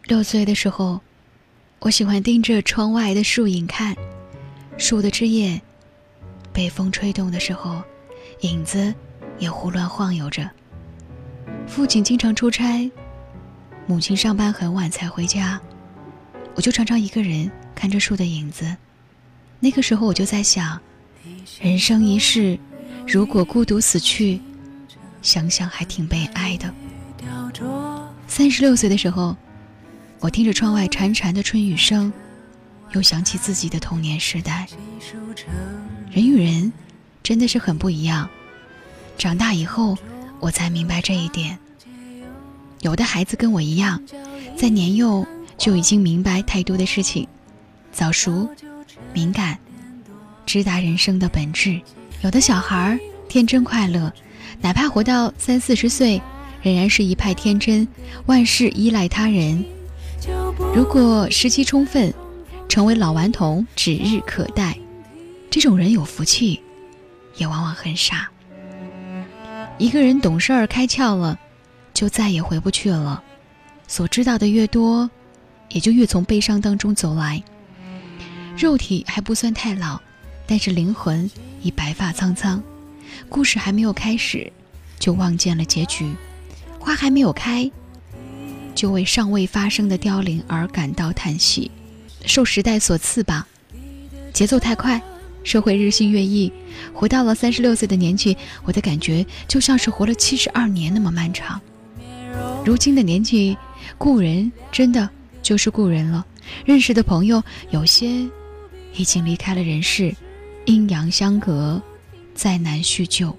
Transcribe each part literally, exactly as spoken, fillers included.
六岁的时候，我喜欢盯着窗外的树影看，树的枝叶被风吹动的时候，影子也胡乱晃悠着。父亲经常出差，母亲上班很晚才回家，我就常常一个人看着树的影子。那个时候我就在想，人生一世，如果孤独死去，想想还挺悲哀的。三十六岁的时候，我听着窗外潺潺的春雨声，又想起自己的童年时代。人与人真的是很不一样，长大以后我才明白这一点。有的孩子跟我一样，在年幼就已经明白太多的事情，早熟敏感，直达人生的本质。有的小孩天真快乐，哪怕活到三四十岁，仍然是一派天真，万事依赖他人。如果时机充分，成为老顽童指日可待。这种人有福气，也往往很傻。一个人懂事儿开窍了，就再也回不去了。所知道的越多，也就越从悲伤当中走来。肉体还不算太老，但是灵魂已白发苍苍。故事还没有开始，就望见了结局。花还没有开，就为尚未发生的凋零而感到叹息。受时代所赐吧，节奏太快，社会日新月异，活到了三十六岁的年纪，我的感觉就像是活了七十二年那么漫长。如今的年纪，故人真的就是故人了，认识的朋友有些已经离开了人世，阴阳相隔，再难叙旧。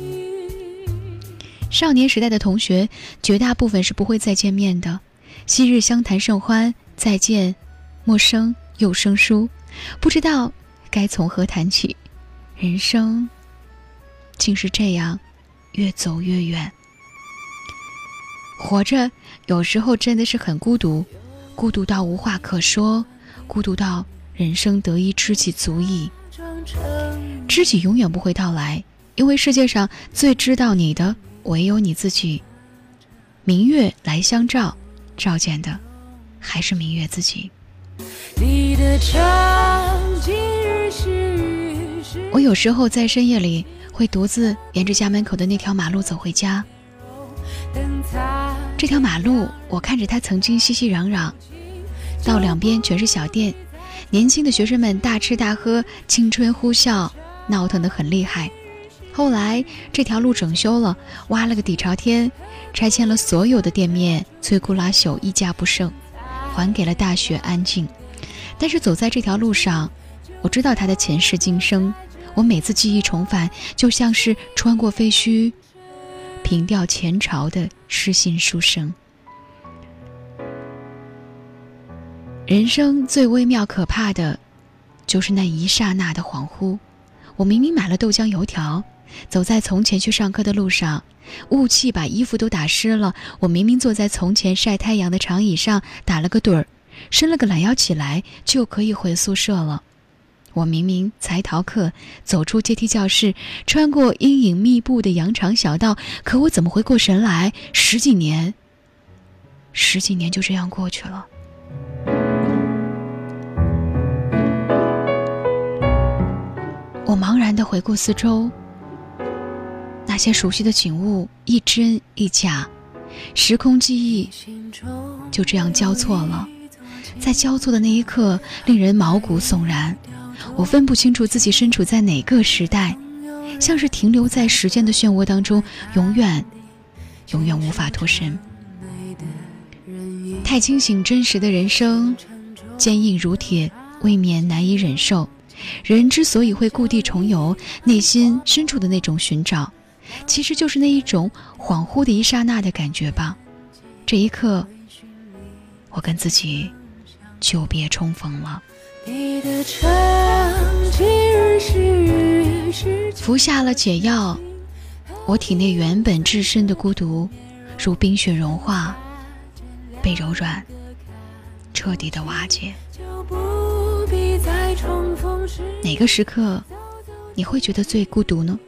少年时代的同学，绝大部分是不会再见面的。昔日相谈甚欢，再见陌生又生疏，不知道该从何谈起。人生竟是这样，越走越远。活着有时候真的是很孤独，孤独到无话可说，孤独到人生得一知己足矣。知己永远不会到来，因为世界上最知道你的唯有你自己。明月来相照，照见的还是明月自己。我有时候在深夜里会独自沿着家门口的那条马路走回家。这条马路，我看着它曾经熙熙攘攘，道两边全是小店，年轻的学生们大吃大喝，青春呼啸，闹腾得很厉害。后来这条路整修了，挖了个底朝天，拆迁了所有的店面，摧枯拉朽，一家不剩，还给了大学安静。但是走在这条路上，我知道它的前世今生，我每次记忆重返，就像是穿过废墟，凭吊前朝的诗信书生。人生最微妙可怕的，就是那一刹那的恍惚。我明明买了豆浆油条，走在从前去上课的路上，雾气把衣服都打湿了。我明明坐在从前晒太阳的长椅上打了个盹儿，伸了个懒腰起来就可以回宿舍了。我明明才逃课，走出阶梯教室，穿过阴影密布的羊肠小道，可我怎么回过神来，十几年十几年就这样过去了。我茫然地回顾四周，那些熟悉的景物一真一假，时空记忆就这样交错了。在交错的那一刻，令人毛骨悚然。我分不清楚自己身处在哪个时代，像是停留在时间的漩涡当中，永远永远无法脱身。太清醒真实的人生，坚硬如铁，未免难以忍受。人之所以会故地重游，内心深处的那种寻找，其实就是那一种恍惚的一刹那的感觉吧。这一刻，我跟自己久别重逢了。服下了解药，我体内原本至深的孤独如冰雪融化，被柔软彻底的瓦解。哪个时刻你会觉得最孤独呢？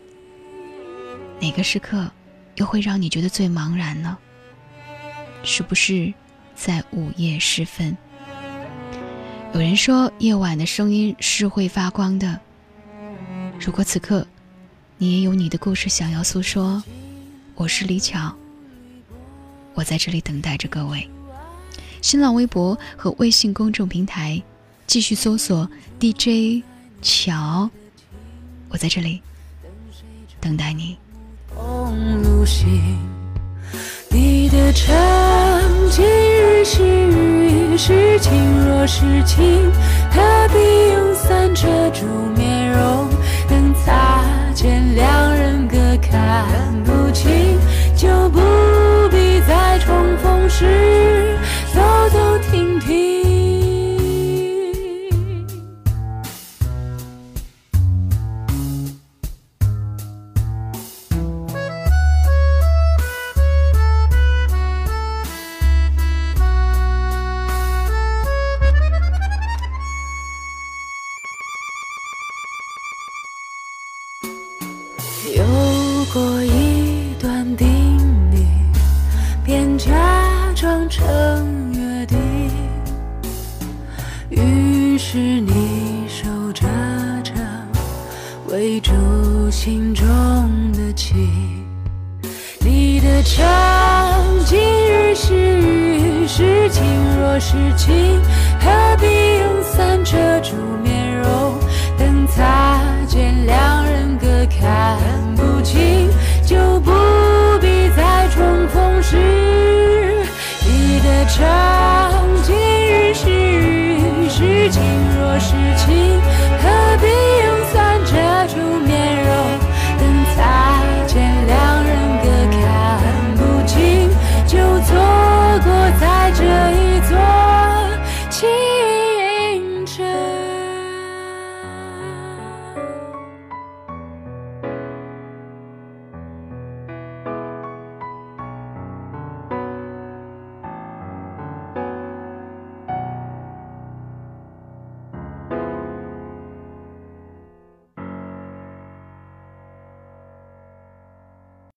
哪个时刻又会让你觉得最茫然呢？是不是在午夜时分。有人说，夜晚的声音是会发光的。如果此刻你也有你的故事想要诉说，我是李巧，我在这里等待着各位。新浪微博和微信公众平台继续搜索 D J 巧，我在这里等待你。 路行，你的城今日是雨是晴，若是晴，何必用伞遮住面容？等擦肩，两人各看不清，就不必再重逢时走走停停。有过一段叮咛，便假装成约定，于是你守着这围住心中的情。你的城今日是雨是晴，若是晴，何必用伞遮住面容？等擦肩，两人各看不清，就不必再重逢时。你的城